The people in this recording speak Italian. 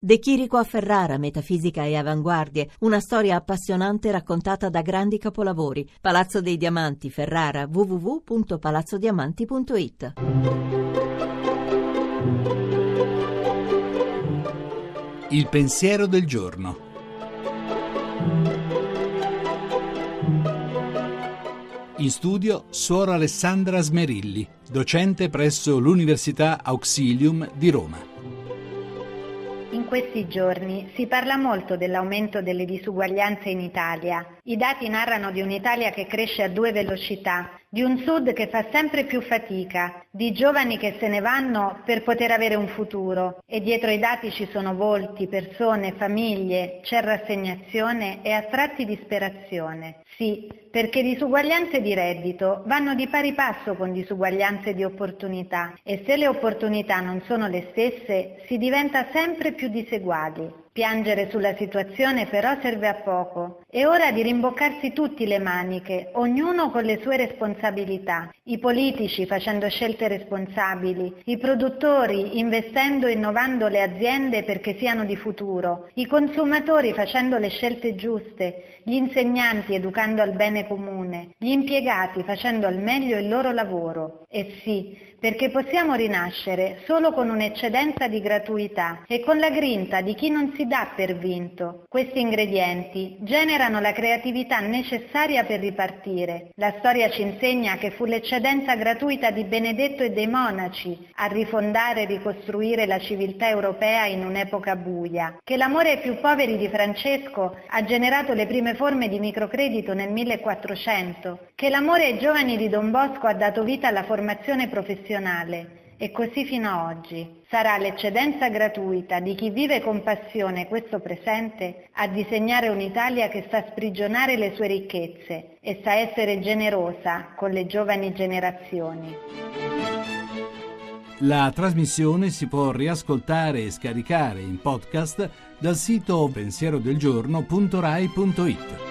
De Chirico a Ferrara, metafisica e avanguardie, una storia appassionante raccontata da grandi capolavori. Palazzo dei Diamanti, Ferrara, www.palazzodiamanti.it. Il pensiero del giorno. In studio Suor Alessandra Smerilli, docente presso l'Università Auxilium di Roma. In questi giorni si parla molto dell'aumento delle disuguaglianze in Italia. I dati narrano di un'Italia che cresce a 2 velocità, di un Sud che fa sempre più fatica, di giovani che se ne vanno per poter avere un futuro. E dietro i dati ci sono volti, persone, famiglie, c'è rassegnazione e a tratti disperazione. Sì, perché disuguaglianze di reddito vanno di pari passo con disuguaglianze di opportunità e se le opportunità non sono le stesse si diventa sempre più diseguali. Piangere sulla situazione però serve a poco. È ora di rimboccarsi tutti le maniche, ognuno con le sue responsabilità. I politici facendo scelte responsabili, i produttori investendo e innovando le aziende perché siano di futuro, i consumatori facendo le scelte giuste, gli insegnanti educando al bene comune, gli impiegati facendo al meglio il loro lavoro. E sì, perché possiamo rinascere solo con un'eccedenza di gratuità e con la grinta di chi non si dà per vinto. Questi ingredienti generano la creatività necessaria per ripartire. La storia ci insegna che fu l'eccedenza gratuita di Benedetto e dei monaci a rifondare e ricostruire la civiltà europea in un'epoca buia, che l'amore ai più poveri di Francesco ha generato le prime forme di microcredito nel 1400, che l'amore ai giovani di Don Bosco ha dato vita alla formazione professionale. E così fino a oggi. Sarà l'eccedenza gratuita di chi vive con passione questo presente a disegnare un'Italia che sa sprigionare le sue ricchezze e sa essere generosa con le giovani generazioni. La trasmissione si può riascoltare e scaricare in podcast dal sito pensierodelgiorno.rai.it.